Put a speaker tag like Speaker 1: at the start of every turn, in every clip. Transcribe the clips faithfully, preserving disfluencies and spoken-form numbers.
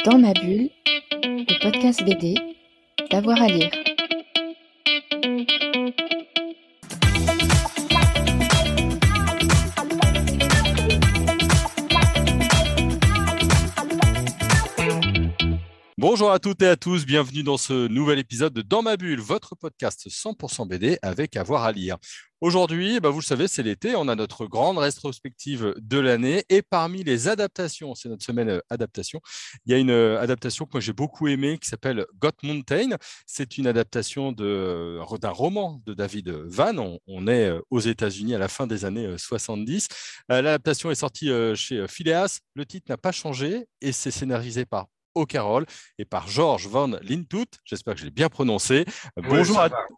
Speaker 1: Dans ma bulle, le podcast B D, d'avoir à lire.
Speaker 2: Bonjour à toutes et à tous, bienvenue dans ce nouvel épisode de Dans ma bulle, votre podcast cent pour cent B D avec avoir à lire. Aujourd'hui, bah vous le savez, c'est l'été, on a notre grande rétrospective de l'année et parmi les adaptations, c'est notre semaine adaptation, il y a une adaptation que moi j'ai beaucoup aimée qui s'appelle Got Mountain. C'est une adaptation de, d'un roman de David Vann. On, on est aux États-Unis à la fin des années soixante-dix. L'adaptation est sortie chez Phileas, le titre n'a pas changé et c'est scénarisé par O'Carroll et par George Van Lintout. J'espère que je l'ai bien prononcé.
Speaker 3: Oui,
Speaker 2: Bonjour, à...
Speaker 3: va,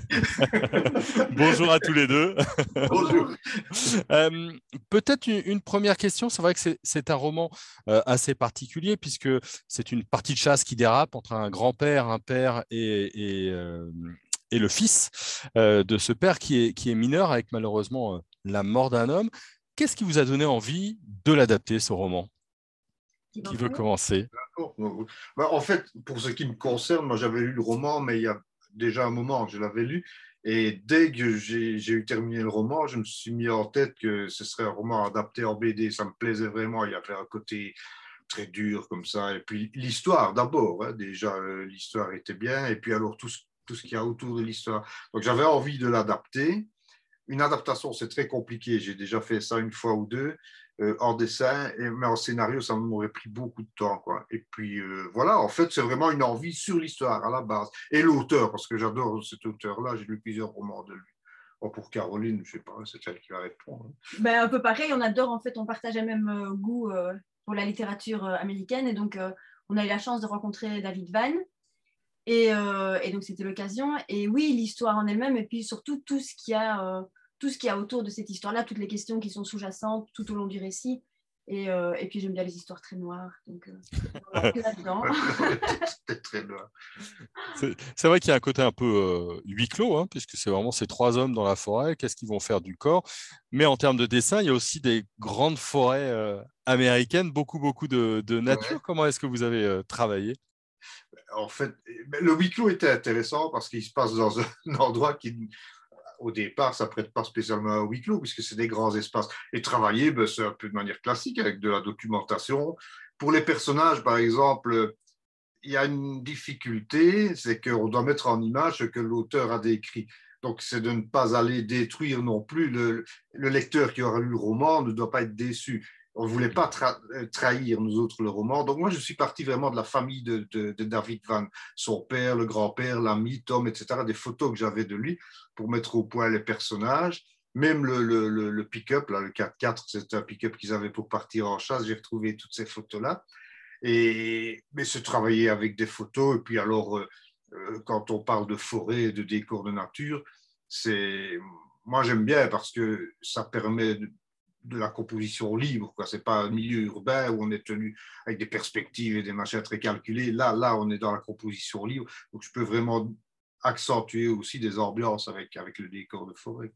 Speaker 2: Bonjour à tous les deux.
Speaker 3: Bonjour.
Speaker 2: euh, peut-être une, une première question. C'est vrai que c'est, c'est un roman euh, assez particulier puisque c'est une partie de chasse qui dérape entre un grand-père, un père et, et, euh, et le fils euh, de ce père qui est, qui est mineur avec malheureusement euh, la mort d'un homme. Qu'est-ce qui vous a donné envie de l'adapter, ce roman ? Qui veut commencer ?
Speaker 3: En fait, pour ce qui me concerne, moi j'avais lu le roman, mais il y a déjà un moment que je l'avais lu. Et dès que j'ai, j'ai eu terminé le roman, je me suis mis en tête que ce serait un roman adapté en B D. Ça me plaisait vraiment. Il y avait un côté très dur comme ça. Et puis l'histoire d'abord. Hein, déjà, euh, l'histoire était bien. Et puis alors tout ce, tout ce qu'il y a autour de l'histoire. Donc j'avais envie de l'adapter. Une adaptation, c'est très compliqué. J'ai déjà fait ça une fois ou deux. Euh, en dessin, et, mais en scénario, ça m'aurait pris beaucoup de temps, quoi. Et puis, euh, voilà, en fait, c'est vraiment une envie sur l'histoire, à la base. Et l'auteur, parce que j'adore cet auteur-là, j'ai lu plusieurs romans de lui. Bon, pour Caroline, je ne sais pas, c'est elle qui va répondre.
Speaker 4: Ben, un peu pareil, on adore, en fait, on partage le même euh, goût euh, pour la littérature euh, américaine, et donc, euh, on a eu la chance de rencontrer David Vann, et, euh, et donc, c'était l'occasion. Et oui, l'histoire en elle-même, et puis surtout, tout ce qu'il y a... Euh, tout ce qu'il y a autour de cette histoire-là, toutes les questions qui sont sous-jacentes tout au long du récit. Et, euh, et puis, j'aime bien les histoires très noires. Donc, euh, voilà, que là-dedans.
Speaker 3: C'est très noir.
Speaker 2: C'est, c'est vrai qu'il y a un côté un peu euh, huis clos, hein, puisque c'est vraiment ces trois hommes dans la forêt. Qu'est-ce qu'ils vont faire du corps ? Mais en termes de dessin, il y a aussi des grandes forêts euh, américaines, beaucoup, beaucoup de, de nature. Ouais. Comment est-ce que vous avez euh, travaillé ?
Speaker 3: En fait, le huis clos était intéressant parce qu'il se passe dans un endroit qui... Au départ, ça ne prête pas spécialement à huis clos, puisque c'est des grands espaces. Et travailler, ben, c'est un peu de manière classique, avec de la documentation. Pour les personnages, par exemple, il y a une difficulté, c'est qu'on doit mettre en image ce que l'auteur a décrit. Donc, c'est de ne pas aller détruire non plus. Le, le lecteur qui aura lu le roman ne doit pas être déçu. On ne voulait pas tra- trahir, nous autres, le roman. Donc, moi, je suis parti vraiment de la famille de, de, de David Vann, son père, le grand-père, l'ami, Tom, et cetera, des photos que j'avais de lui pour mettre au point les personnages. Même le, le, le, le pick-up, là, le quatre-quatre, c'est un pick-up qu'ils avaient pour partir en chasse. J'ai retrouvé toutes ces photos-là. Et, mais se travailler avec des photos. Et puis, alors, euh, quand on parle de forêt, de décor de nature, c'est... moi, j'aime bien parce que ça permet de, de la composition libre, quoi. C'est pas un milieu urbain où on est tenu avec des perspectives et des machins très calculés. Là, là, on est dans la composition libre, donc je peux vraiment accentuer aussi des ambiances avec, avec le décor de forêt.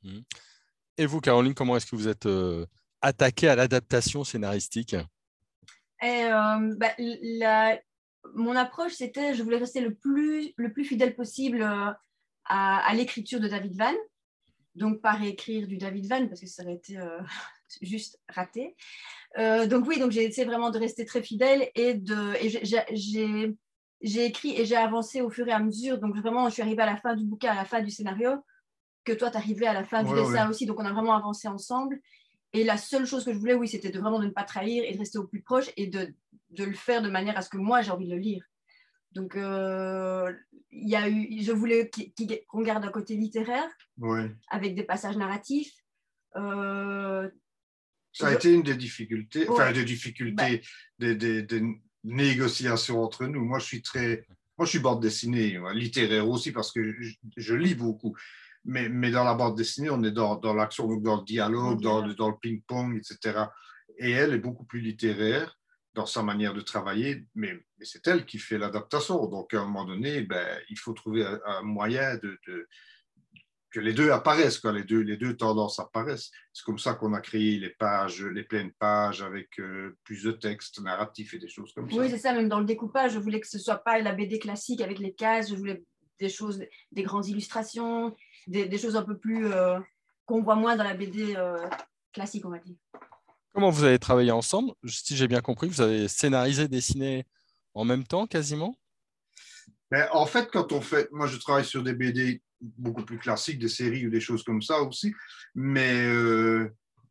Speaker 2: Et vous, Caroline, comment est-ce que vous êtes euh, attaquée à l'adaptation scénaristique ?
Speaker 4: Et, euh, bah, la... Mon approche, c'était, je voulais rester le plus, le plus fidèle possible euh, à, à l'écriture de David Vann. Donc, pas réécrire du David Vann, parce que ça aurait été euh, juste raté. Euh, donc, oui, donc j'ai essayé vraiment de rester très fidèle et, de, et j'ai, j'ai, j'ai écrit et j'ai avancé au fur et à mesure. Donc, vraiment, je suis arrivée à la fin du bouquin, à la fin du scénario, que toi, tu arrivais à la fin du ouais, dessin ouais. aussi. Donc, on a vraiment avancé ensemble. Et la seule chose que je voulais, oui, c'était de vraiment de ne pas trahir et de rester au plus proche et de, de le faire de manière à ce que moi, j'ai envie de le lire. Donc, euh, y a eu, je voulais qu'on garde un côté littéraire,
Speaker 3: ouais.
Speaker 4: avec des passages narratifs. Euh,
Speaker 3: Ça a je... été une des difficultés, ouais. enfin des difficultés, bah. des, des, des négociations entre nous. Moi, je suis très, moi, je suis bande dessinée, moi, littéraire aussi parce que je, je lis beaucoup. Mais, mais dans la bande dessinée, on est dans, dans l'action, dans le dialogue, dans le, dans le ping-pong, et cetera. Et elle est beaucoup plus littéraire dans sa manière de travailler, mais, mais c'est elle qui fait l'adaptation. Donc, à un moment donné, ben, il faut trouver un, un moyen de, de, que les deux apparaissent, quoi, les, deux, les deux tendances apparaissent. C'est comme ça qu'on a créé les pages, les pleines pages avec euh, plus de textes narratifs et des choses comme ça.
Speaker 4: Oui, c'est ça, même dans le découpage, je voulais que ce ne soit pas la B D classique avec les cases, je voulais des choses, des grandes illustrations, des, des choses un peu plus euh, qu'on voit moins dans la B D euh, classique, on va dire.
Speaker 2: Comment vous avez travaillé ensemble? Si j'ai bien compris, vous avez scénarisé, dessiné en même temps quasiment?
Speaker 3: Mais en fait, quand on fait, moi je travaille sur des B D beaucoup plus classiques, des séries ou des choses comme ça aussi, mais euh,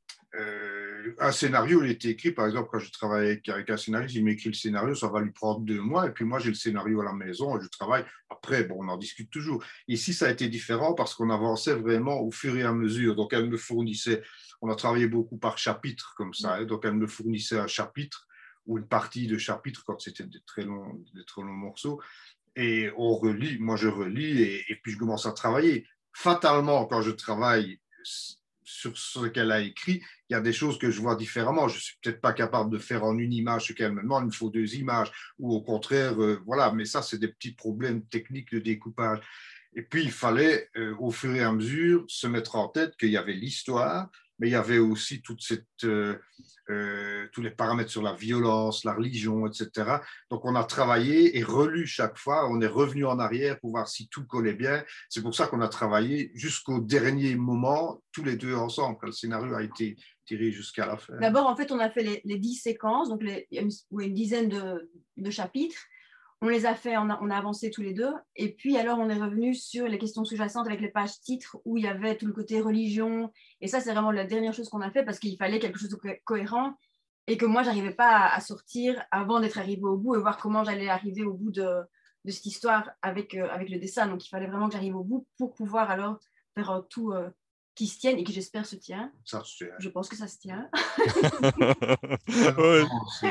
Speaker 3: euh, un scénario, il était écrit, par exemple, quand je travaille avec, avec un scénariste, il m'écrit le scénario, ça va lui prendre deux mois, et puis moi j'ai le scénario à la maison, et je travaille. Après, bon, on en discute toujours. Ici, ça a été différent parce qu'on avançait vraiment au fur et à mesure. Donc, elle me fournissait, on a travaillé beaucoup par chapitre comme ça, hein, donc elle me fournissait un chapitre ou une partie de chapitre quand c'était des très longs, des très longs morceaux. Et on relit, moi je relis et, et puis je commence à travailler. Fatalement, quand je travaille sur ce qu'elle a écrit, il y a des choses que je vois différemment. Je ne suis peut-être pas capable de faire en une image ce qu'elle me demande, il me faut deux images, ou au contraire, euh, voilà, mais ça, c'est des petits problèmes techniques de découpage. Et puis, il fallait, euh, au fur et à mesure, se mettre en tête qu'il y avait l'histoire, mais il y avait aussi toute cette, euh, euh, tous les paramètres sur la violence, la religion, et cetera. Donc, on a travaillé et relu chaque fois. On est revenu en arrière pour voir si tout collait bien. C'est pour ça qu'on a travaillé jusqu'au dernier moment, tous les deux ensemble, quand le scénario a été tiré jusqu'à la fin.
Speaker 4: D'abord, en fait, on a fait les, les dix séquences, donc les, il y a une, oui, une dizaine de, de chapitres. On les a fait, on a, on a avancé tous les deux. Et puis, alors, on est revenu sur les questions sous-jacentes avec les pages titres où il y avait tout le côté religion. Et ça, c'est vraiment la dernière chose qu'on a fait parce qu'il fallait quelque chose de co- cohérent et que moi, je n'arrivais pas à, à sortir avant d'être arrivée au bout et voir comment j'allais arriver au bout de, de cette histoire avec, euh, avec le dessin. Donc, il fallait vraiment que j'arrive au bout pour pouvoir alors faire un tout euh, qui se tienne et qui, j'espère, se tient.
Speaker 3: Ça se tient.
Speaker 4: Je pense que ça se tient.
Speaker 2: Ouais.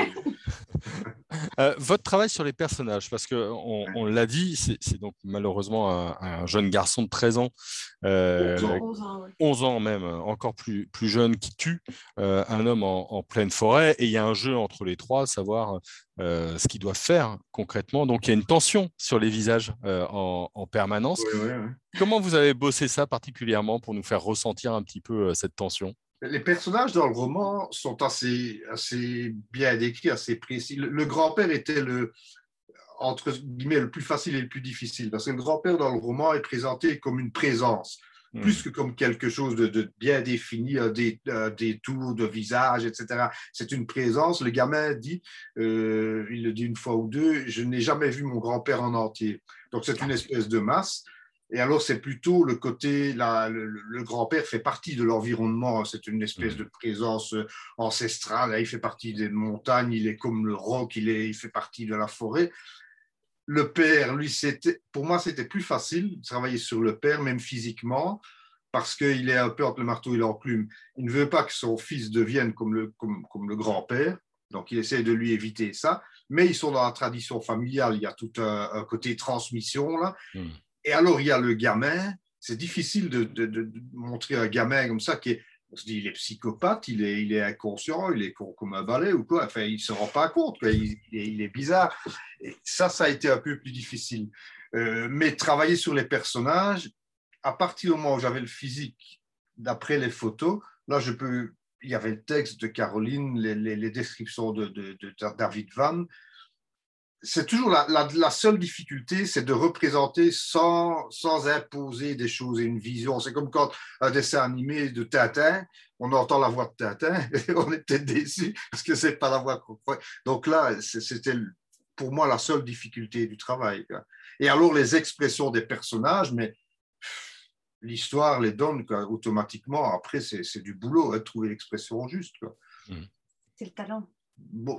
Speaker 2: Euh, votre travail sur les personnages, parce qu'on on, l'a dit, c'est, c'est donc malheureusement un, un jeune garçon de treize ans, euh,
Speaker 4: onze ans, ouais.
Speaker 2: onze ans même, encore plus, plus jeune, qui tue euh, un homme en, en pleine forêt. Et il y a un jeu entre les trois, savoir euh, ce qu'ils doivent faire concrètement. Donc il y a une tension sur les visages euh, en, en permanence.
Speaker 3: Oui, oui, oui.
Speaker 2: Comment vous avez bossé ça particulièrement pour nous faire ressentir un petit peu euh, cette tension?
Speaker 3: Les personnages dans le roman sont assez, assez bien décrits, assez précis. Le, le grand-père était le, entre guillemets, le plus facile et le plus difficile, parce que le grand-père dans le roman est présenté comme une présence, mmh. plus que comme quelque chose de, de bien défini, des, des tours de visage, et cetera. C'est une présence. Le gamin dit, euh, il le dit une fois ou deux, je n'ai jamais vu mon grand-père en entier. Donc c'est une espèce de masse. Et alors, c'est plutôt le côté, la, le, le grand-père fait partie de l'environnement, c'est une espèce de présence ancestrale, il fait partie des montagnes, il est comme le roc, il, est, il fait partie de la forêt. Le père, lui, c'était, pour moi, c'était plus facile de travailler sur le père, même physiquement, parce qu'il est un peu entre le marteau et l'enclume. Il ne veut pas que son fils devienne comme le, comme, comme le grand-père, donc il essaie de lui éviter ça, mais ils sont dans la tradition familiale, il y a tout un, un côté transmission, là. Mm. Et alors, il y a le gamin. C'est difficile de, de, de montrer un gamin comme ça qui est, on se dit, il est psychopathe, il est, il est inconscient, il est comme un balai ou quoi. Enfin, il ne se rend pas compte, quoi. Il, il, est, il est bizarre. Et ça, ça a été un peu plus difficile. Euh, mais travailler sur les personnages, à partir du moment où j'avais le physique, d'après les photos, là, je peux. Il y avait le texte de Caroline, les, les, les descriptions de, de, de David Van. C'est toujours la, la, la seule difficulté, c'est de représenter sans, sans imposer des choses et une vision. C'est comme quand un dessin animé de Tintin, on entend la voix de Tintin et on est peut-être déçu parce que c'est pas la voix qu'on croit. Donc là, c'était pour moi la seule difficulté du travail. Et alors les expressions des personnages, mais l'histoire les donne quoi, automatiquement. Après, c'est, c'est du boulot, hein, trouver l'expression juste. Quoi.
Speaker 4: C'est le talent.
Speaker 3: Bon.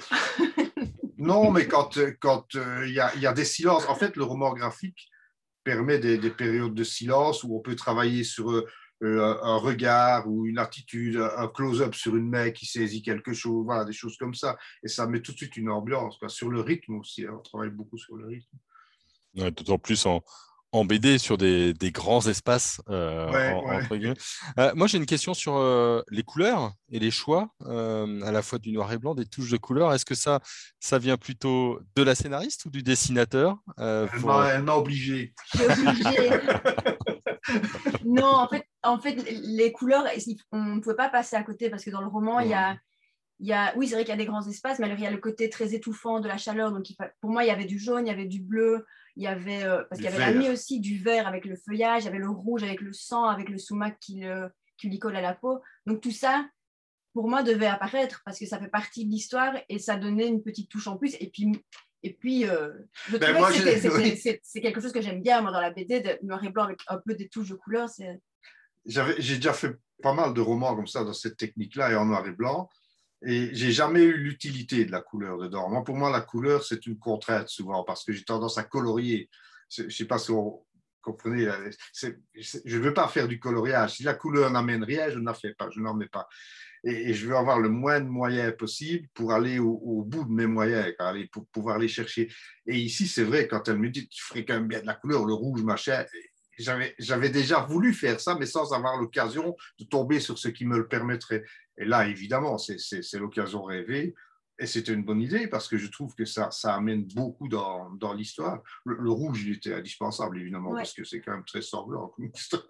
Speaker 3: Non, mais quand il quand, euh, y, a, y a des silences, en fait, le roman graphique permet des, des périodes de silence où on peut travailler sur euh, un regard ou une attitude, un close-up sur une main qui saisit quelque chose, voilà, des choses comme ça. Et ça met tout de suite une ambiance. Quoi. Sur le rythme aussi, hein, on travaille beaucoup sur le rythme.
Speaker 2: Ouais, d'autant plus en, en B D sur des, des grands espaces. Euh,
Speaker 3: ouais,
Speaker 2: en,
Speaker 3: ouais.
Speaker 2: entre guillemets. Euh, moi, j'ai une question sur euh, les couleurs et les choix, euh, à la fois du noir et blanc, des touches de couleurs. Est-ce que ça, ça vient plutôt de la scénariste ou du dessinateur euh,
Speaker 3: Elle
Speaker 2: pour...
Speaker 3: m'a, elle m'a obligé.
Speaker 4: J'ai obligé. Non, en fait, en fait, les couleurs, on ne pouvait pas passer à côté parce que dans le roman, il y a, il y a, oui, c'est vrai qu'il y a des grands espaces, mais alors il y a le côté très étouffant de la chaleur. Donc, il, pour moi, il y avait du jaune, il y avait du bleu, il y avait, euh, parce qu'il y avait la nuit aussi, du vert avec le feuillage, il y avait le rouge avec le sang, avec le sumac qui, le, qui lui colle à la peau. Donc, tout ça, pour moi, devait apparaître parce que ça fait partie de l'histoire et ça donnait une petite touche en plus. Et puis, et puis euh, je ben trouvais moi, que c'était, c'était, oui. c'est, c'est quelque chose que j'aime bien, moi, dans la B D, de noir et blanc avec un peu des touches de couleur. C'est...
Speaker 3: J'avais, j'ai déjà fait pas mal de romans comme ça, dans cette technique-là, et en noir et blanc. Et j'ai jamais eu l'utilité de la couleur dedans. Moi, pour moi, la couleur, c'est une contrainte souvent parce que j'ai tendance à colorier. Je ne sais pas si vous comprenez. C'est, c'est, je ne veux pas faire du coloriage. Si la couleur n'amène rien, je n'en fais pas. Je n'en mets pas. Et, et je veux avoir le moins de moyens possible pour aller au, au bout de mes moyens, aller, pour pouvoir les chercher. Et ici, c'est vrai, quand elle me dit, tu ferais quand même bien de la couleur, le rouge, machin. J'avais, j'avais déjà voulu faire ça, mais sans avoir l'occasion de tomber sur ce qui me le permettrait. Et là, évidemment, c'est, c'est, c'est l'occasion rêvée. Et c'était une bonne idée parce que je trouve que ça, ça amène beaucoup dans, dans l'histoire. Le, le rouge, il était indispensable, évidemment, ouais. Parce que c'est quand même très sanglant comme histoire.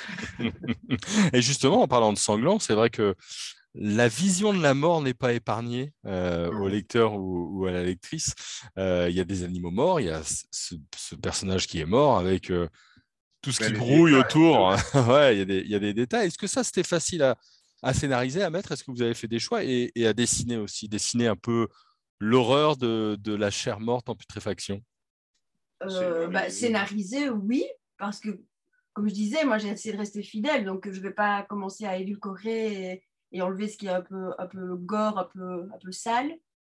Speaker 2: Et justement, en parlant de sanglant, c'est vrai que la vision de la mort n'est pas épargnée euh, au lecteur ou, ou à la lectrice. Euh, il y a des animaux morts, il y a ce, ce personnage qui est mort avec... Euh, tout ce qui ben, brouille détails, autour, ouais, il y a des, il y a des détails. Est-ce que ça, c'était facile à, à scénariser, à mettre? Est-ce que vous avez fait des choix et, et à dessiner aussi, dessiner un peu l'horreur de, de la chair morte en putréfaction?
Speaker 4: euh, bah, Scénariser, oui, parce que, comme je disais, moi, j'ai essayé de rester fidèle, donc je ne vais pas commencer à édulcorer et, et enlever ce qui est un peu, un peu gore, un peu, un peu sale.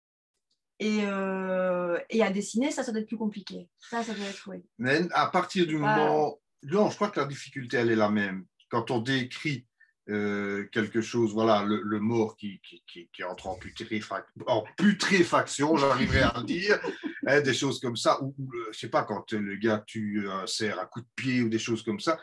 Speaker 4: Et, euh, et à dessiner, ça, ça doit être plus compliqué. Ça, ça doit être, oui.
Speaker 3: Mais à partir du moment... Non, je crois que la difficulté, elle est la même. Quand on décrit euh, quelque chose, voilà, le, le mort qui, qui, qui, qui entre en, putréfac... en putréfaction, j'arriverai à le dire, hein, des choses comme ça, ou, ou je ne sais pas, quand le gars tue un cerf à coup de pied ou des choses comme ça,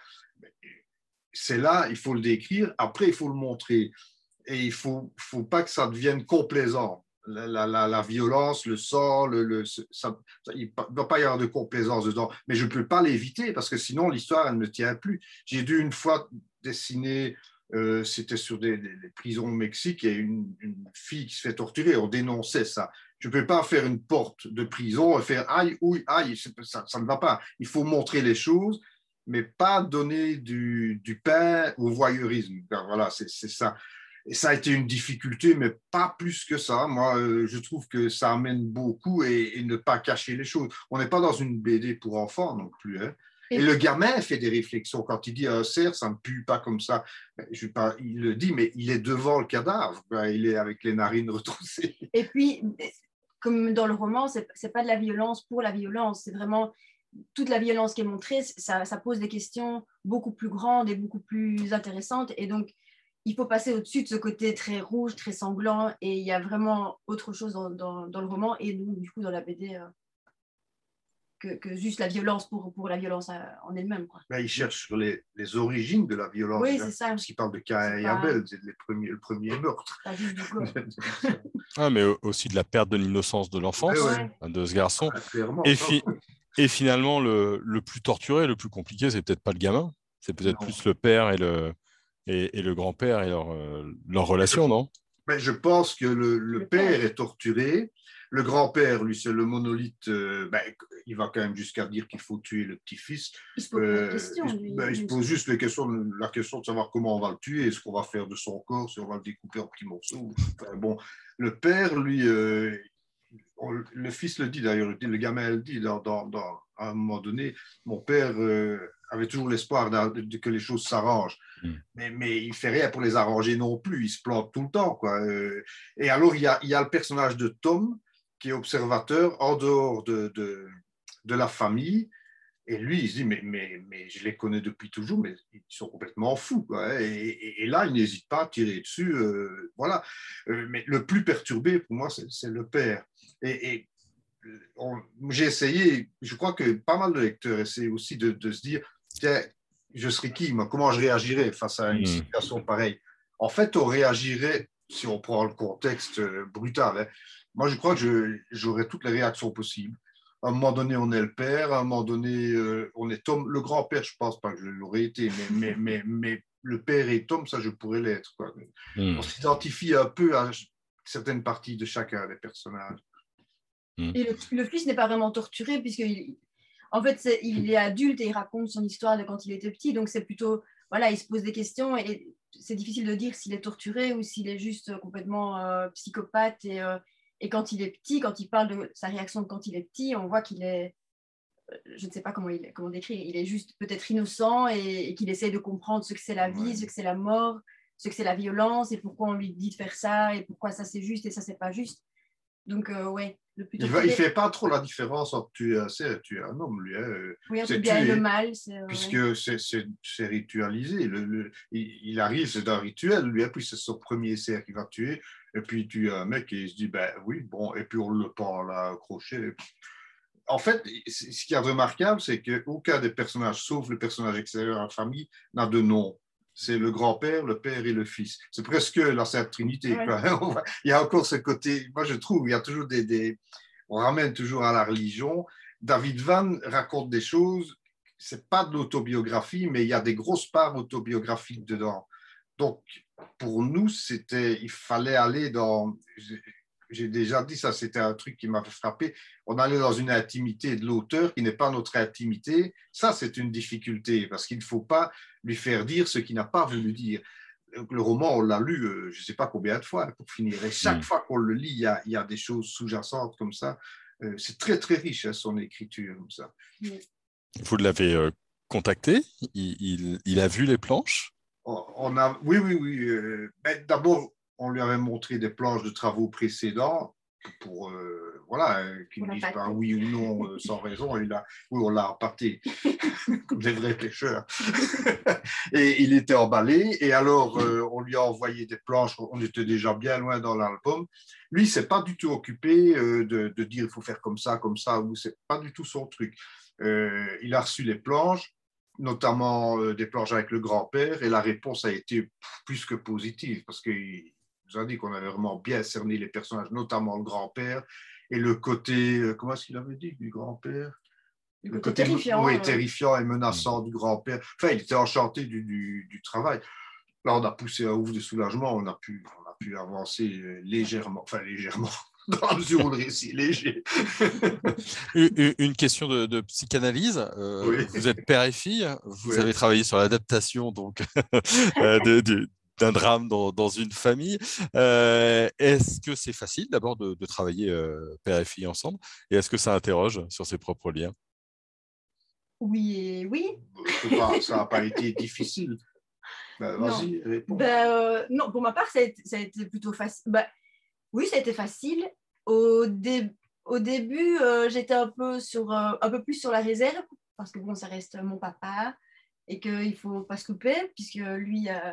Speaker 3: c'est là, il faut le décrire, après, il faut le montrer. Et il ne faut, faut pas que ça devienne complaisant. La, la, la, la violence, le sang, le, le, ça, ça, il ne doit pas y avoir de complaisance dedans. Mais je ne peux pas l'éviter parce que sinon, l'histoire, elle ne tient plus. J'ai dû une fois dessiner, euh, c'était sur des, des, des prisons au Mexique, et une, une fille qui se fait torturer. On dénonçait ça. Je ne peux pas faire une porte de prison et faire aïe, ouïe, aïe, ça, ça ne va pas. Il faut montrer les choses, mais pas donner du, du pain au voyeurisme. Voilà, c'est, c'est ça. Et ça a été une difficulté, mais pas plus que ça. Moi, euh, je trouve que ça amène beaucoup et, et ne pas cacher les choses. On n'est pas dans une B D pour enfants non plus. Hein. Et, et le gamin fait des réflexions. Quand il dit un cerf, ça ne pue pas comme ça. Je pas, il le dit, mais il est devant le cadavre. Il est avec les narines retroussées.
Speaker 4: Et puis, comme dans le roman, ce n'est pas de la violence pour la violence. C'est vraiment toute la violence qui est montrée. Ça, ça pose des questions beaucoup plus grandes et beaucoup plus intéressantes. Et donc, il faut passer au-dessus de ce côté très rouge, très sanglant, et il y a vraiment autre chose dans, dans, dans le roman et donc, du coup dans la B D euh, que, que juste la violence pour, pour la violence en elle-même. Quoi.
Speaker 3: Ben, il cherche sur les, les origines de la violence.
Speaker 4: Oui, c'est ça.
Speaker 3: Parce qu'il parle de Caïn et Abel, c'est les premiers, le premier meurtre.
Speaker 4: Pas juste du corps.
Speaker 2: Ah, mais aussi de la perte de l'innocence de l'enfance, ouais, ouais. de ce garçon.
Speaker 3: Ah,
Speaker 2: et, fi- et finalement, le, le plus torturé, le plus compliqué, c'est peut-être pas le gamin, c'est peut-être non. plus le père et le... Et, et le grand-père et leur, euh, leur relation, non?
Speaker 3: Ben, je pense que le, le, le père, père est torturé. Le grand-père, lui, c'est le monolithe. Euh, ben, il va quand même jusqu'à dire qu'il faut tuer le petit-fils.
Speaker 4: Il se pose euh, la question.
Speaker 3: Il,
Speaker 4: lui,
Speaker 3: ben, il se pose juste les questions, la question de savoir comment on va le tuer, ce qu'on va faire de son corps, si on va le découper en petits morceaux. Enfin, bon, le père, lui, euh, on, le fils le dit d'ailleurs, le gamin le dit dans, dans, dans, à un moment donné, mon père euh, avait toujours l'espoir de, de, que les choses s'arrangent. Mm. Mais, mais il ne fait rien pour les arranger non plus, il se plante tout le temps, quoi. Et alors, il y a, il y a le personnage de Tom, qui est observateur en dehors de, de, de la famille, et lui, il se dit, mais, mais, mais je les connais depuis toujours, mais ils sont complètement fous, quoi. Et, et, et là, il n'hésite pas à tirer dessus, euh, voilà. Mais le plus perturbé, pour moi, c'est, c'est le père. Et, et on, j'ai essayé, je crois que pas mal de lecteurs essaient aussi de, de se dire, tiens, je serais qui, moi, comment je réagirais face à une mmh. situation pareille? En fait, on réagirait, si on prend le contexte brutal, hein, moi, je crois que je, j'aurais toutes les réactions possibles. À un moment donné, on est le père, à un moment donné, euh, on est Tom. Le grand-père, je ne pense pas que je l'aurais été, mais, mais, mais, mais le père et Tom, ça, je pourrais l'être, quoi.
Speaker 2: Mm.
Speaker 3: On s'identifie un peu à certaines parties de chacun des personnages.
Speaker 2: Mm.
Speaker 4: Et le, le fils n'est pas vraiment torturé, puisqu'il en fait, c'est, il est adulte et il raconte son histoire de quand il était petit, donc c'est plutôt, voilà, il se pose des questions et c'est difficile de dire s'il est torturé ou s'il est juste complètement euh, psychopathe. Et, euh, et quand il est petit, quand il parle de sa réaction de quand il est petit, on voit qu'il est, je ne sais pas comment, il, comment décrire, il est juste peut-être innocent et, et qu'il essaie de comprendre ce que c'est la vie,
Speaker 3: Ouais.
Speaker 4: ce que c'est la mort, ce que c'est la violence et pourquoi on lui dit de faire ça et pourquoi ça c'est juste et ça c'est pas juste. Donc, euh, ouais, le plus
Speaker 3: Il
Speaker 4: torturé.
Speaker 3: ne fait pas trop la différence entre tu es, c'est, tu es un homme, lui. Hein.
Speaker 4: Oui, entre
Speaker 3: C'est
Speaker 4: le bien et
Speaker 3: tuer,
Speaker 4: le mal. C'est, euh,
Speaker 3: puisque
Speaker 4: ouais.
Speaker 3: c'est, c'est, c'est ritualisé. Le, le, il, il arrive, c'est un rituel, lui, et puis c'est son premier cerf qu'il va tuer. Et puis tu as un mec et il se dit, ben oui, bon, et puis on le pend là, accroché. En fait, ce qui est remarquable, c'est qu'aucun des personnages, sauf le personnage extérieur à la famille, n'a de nom. C'est le grand-père, le père et le fils. C'est presque la Sainte Trinité.
Speaker 4: Ouais.
Speaker 3: Quoi. Il y a encore ce côté, moi je trouve, il y a toujours des, des... On ramène toujours à la religion. David Van raconte des choses, c'est pas de l'autobiographie, mais il y a des grosses parts autobiographiques dedans. Donc, pour nous, c'était, il fallait aller dans... J'ai déjà dit ça, c'était un truc qui m'a frappé. On allait dans une intimité de l'auteur qui n'est pas notre intimité. Ça, c'est une difficulté parce qu'il ne faut pas lui faire dire ce qu'il n'a pas voulu dire. Le roman, on l'a lu, euh, je ne sais pas combien de fois pour finir. Et chaque
Speaker 2: Mm.
Speaker 3: fois qu'on le lit, il y a, il y a des choses sous-jacentes comme ça. Euh, c'est très, très riche, hein, son écriture comme ça.
Speaker 2: Vous l'avez euh, contacté? il, il, il a vu les planches?
Speaker 3: On, on a, oui, oui, oui. Euh, ben, d'abord, on lui avait montré des planches de travaux précédents pour, euh, voilà, euh, qu'il ne dise pas oui ou non euh, sans raison. Et là, oui, on l'a appâté comme des vrais pêcheurs. Et il était emballé. Et alors, euh, on lui a envoyé des planches. On était déjà bien loin dans l'album. Lui, il ne s'est pas du tout occupé euh, de, de dire il faut faire comme ça, comme ça. Ou c'est pas du tout son truc. Euh, il a reçu les planches, notamment euh, des planches avec le grand-père. Et la réponse a été plus que positive parce qu'il nous a dit qu'on avait vraiment bien cerné les personnages, notamment le grand-père et le côté, euh, comment est-ce qu'il avait dit, du grand-père?
Speaker 4: Le,
Speaker 3: le
Speaker 4: côté,
Speaker 3: côté
Speaker 4: terrifiant,
Speaker 3: oui,
Speaker 4: euh...
Speaker 3: terrifiant et menaçant du grand-père. Enfin, il était enchanté du, du, du travail. Là, on a poussé un ouf de soulagement, on a pu, on a pu avancer légèrement, enfin légèrement, dans la mesure où le récit est léger.
Speaker 2: une, une question de, de psychanalyse. Euh,
Speaker 3: Oui.
Speaker 2: Vous êtes père et fille, vous
Speaker 3: Oui.
Speaker 2: avez travaillé sur l'adaptation donc de, de, d'un drame dans, dans une famille. Euh, est-ce que c'est facile d'abord de, de travailler euh, père et fille ensemble? Et est-ce que ça interroge sur ses propres liens?
Speaker 4: Oui et oui.
Speaker 3: Pas, ça n'a pas été difficile. Ben, vas-y, réponds.
Speaker 4: Ben, euh, non, pour ma part, ça a été, ça a été plutôt facile. Ben, oui, ça a été facile. Au, dé... Au début, euh, j'étais un peu, sur, euh, un peu plus sur la réserve, parce que bon, ça reste mon papa et qu'il ne faut pas se couper, puisque lui, euh,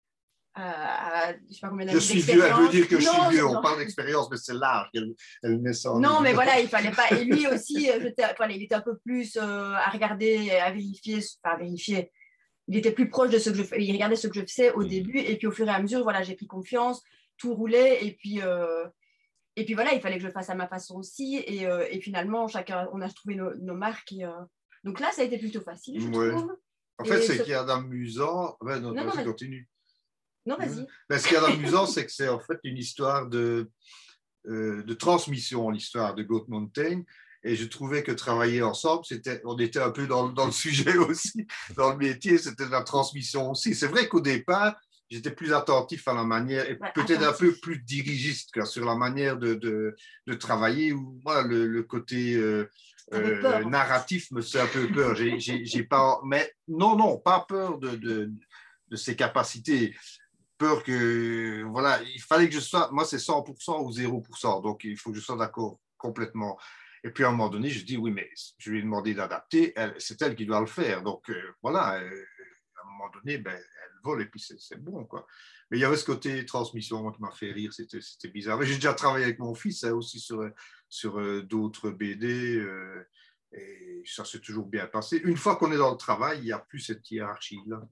Speaker 4: euh, je sais pas combien d'années
Speaker 3: Je suis vieux, elle veut dire que je suis vieux. On parle d'expérience, mais c'est large. Elle, elle met ça en
Speaker 4: non, mais voilà, il fallait pas. Et lui aussi, voilà, il était un peu plus euh, à regarder, à vérifier, enfin à vérifier. Il était plus proche de ce que je fais. Il regardait ce que je faisais au début, et puis au fur et à mesure, voilà, j'ai pris confiance, tout roulait, et puis euh, et puis voilà, il fallait que je le fasse à ma façon aussi, et, euh, et finalement, chacun, on a trouvé nos, nos marques. Et, euh, donc là, ça a été plutôt facile, je
Speaker 3: ouais.
Speaker 4: trouve.
Speaker 3: En fait,
Speaker 4: et
Speaker 3: c'est
Speaker 4: ce...
Speaker 3: qu'il y a d'amusant. Ouais, non,
Speaker 4: non,
Speaker 3: vas-y,
Speaker 4: non,
Speaker 3: continue.
Speaker 4: Non, vas-y.
Speaker 3: Mais ce qu'il y a d'amusant, c'est que c'est en fait une histoire de, euh, de transmission, l'histoire de Goat Mountain. Et je trouvais que travailler ensemble, c'était, on était un peu dans, dans le sujet aussi, dans le métier, c'était de la transmission aussi. C'est vrai qu'au départ, j'étais plus attentif à la manière, et
Speaker 4: Ouais,
Speaker 3: peut-être
Speaker 4: attentif.
Speaker 3: un peu plus dirigiste quoi, sur la manière de, de, de travailler, où moi, le, le côté euh, euh,
Speaker 4: peur,
Speaker 3: narratif me fait un peu peur. J'ai, j'ai, j'ai pas, mais non, non, pas peur de, de, de ses capacités. Peur que, voilà, il fallait que je sois, moi c'est cent pour cent ou zéro pour cent, donc il faut que je sois d'accord complètement. Et puis à un moment donné, je dis, oui, mais je lui ai demandé d'adapter, elle, c'est elle qui doit le faire. Donc euh, voilà, euh, à un moment donné, ben, elle vole et puis c'est, c'est bon, quoi. Mais il y avait ce côté transmission moi, qui m'a fait rire, c'était, c'était bizarre. Mais j'ai déjà travaillé avec mon fils hein, aussi sur, sur euh, d'autres B D, euh, et ça s'est toujours bien passé. Une fois qu'on est dans le travail, il n'y a plus cette hiérarchie-là.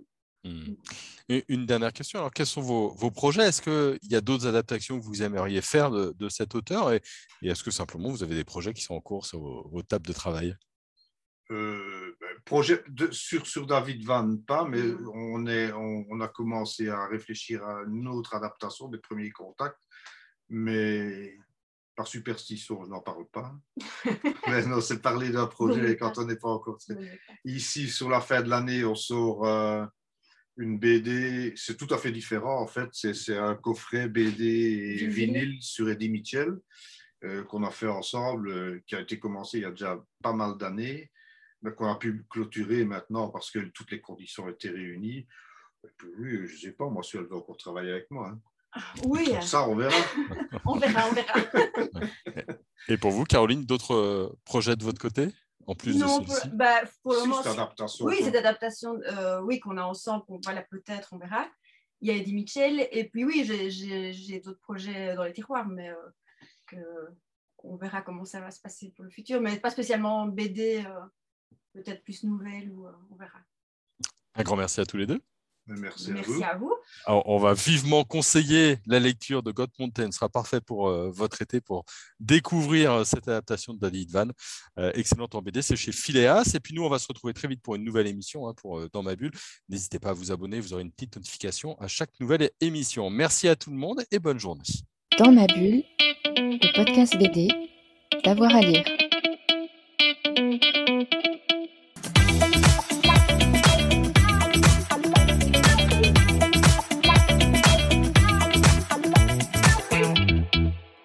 Speaker 2: Mmh. Et une dernière question. Alors, quels sont vos, vos projets? Est-ce qu'il y a d'autres adaptations que vous aimeriez faire de, de cet auteur et, et est-ce que simplement vous avez des projets qui sont en cours sur vos, vos tables de travail?
Speaker 3: Euh, ben, projet de, sur, sur David Van, pas, mais on, est, on, on a commencé à réfléchir à une autre adaptation des premiers contacts, mais par superstition, je n'en parle pas. Mais non, c'est parler d'un projet quand on n'est pas encore. Ici, sur la fin de l'année, on sort euh, une B D, c'est tout à fait différent en fait, c'est, c'est un coffret B D et vinyle sur Eddie Mitchell euh, qu'on a fait ensemble, euh, qui a été commencé il y a déjà pas mal d'années, mais qu'on a pu clôturer maintenant parce que toutes les conditions étaient réunies. Et puis, oui, je ne sais pas, moi, si elle veut encore travailler avec moi. Hein.
Speaker 4: Oui.
Speaker 3: Ça, on verra.
Speaker 4: on verra, on verra.
Speaker 2: Et pour vous, Caroline, d'autres projets de votre côté en plus
Speaker 4: non,
Speaker 2: de celui-ci?
Speaker 4: pour, bah, pour le
Speaker 3: si,
Speaker 4: moment,
Speaker 3: cette adaptation.
Speaker 4: Oui, cette adaptation euh, oui, qu'on a ensemble, qu'on voilà, peut-être, on verra. Il y a Eddie Mitchell, et puis oui, j'ai, j'ai, j'ai d'autres projets dans les tiroirs, mais euh, que, on verra comment ça va se passer pour le futur, mais pas spécialement B D, euh, peut-être plus nouvelle, ou, euh, on verra.
Speaker 2: Un grand merci à tous les deux.
Speaker 3: Merci,
Speaker 4: merci
Speaker 3: à vous.
Speaker 4: à vous.
Speaker 2: Alors, on va vivement conseiller la lecture de God Mountain. Ce sera parfait pour euh, votre été pour découvrir euh, cette adaptation de David Van. Euh, excellente en B D, c'est chez Phileas. Et puis nous, on va se retrouver très vite pour une nouvelle émission hein, pour, euh, Dans ma bulle. N'hésitez pas à vous abonner, vous aurez une petite notification à chaque nouvelle émission. Merci à tout le monde et bonne journée.
Speaker 1: Dans ma bulle, le podcast B D, d'avoir à lire.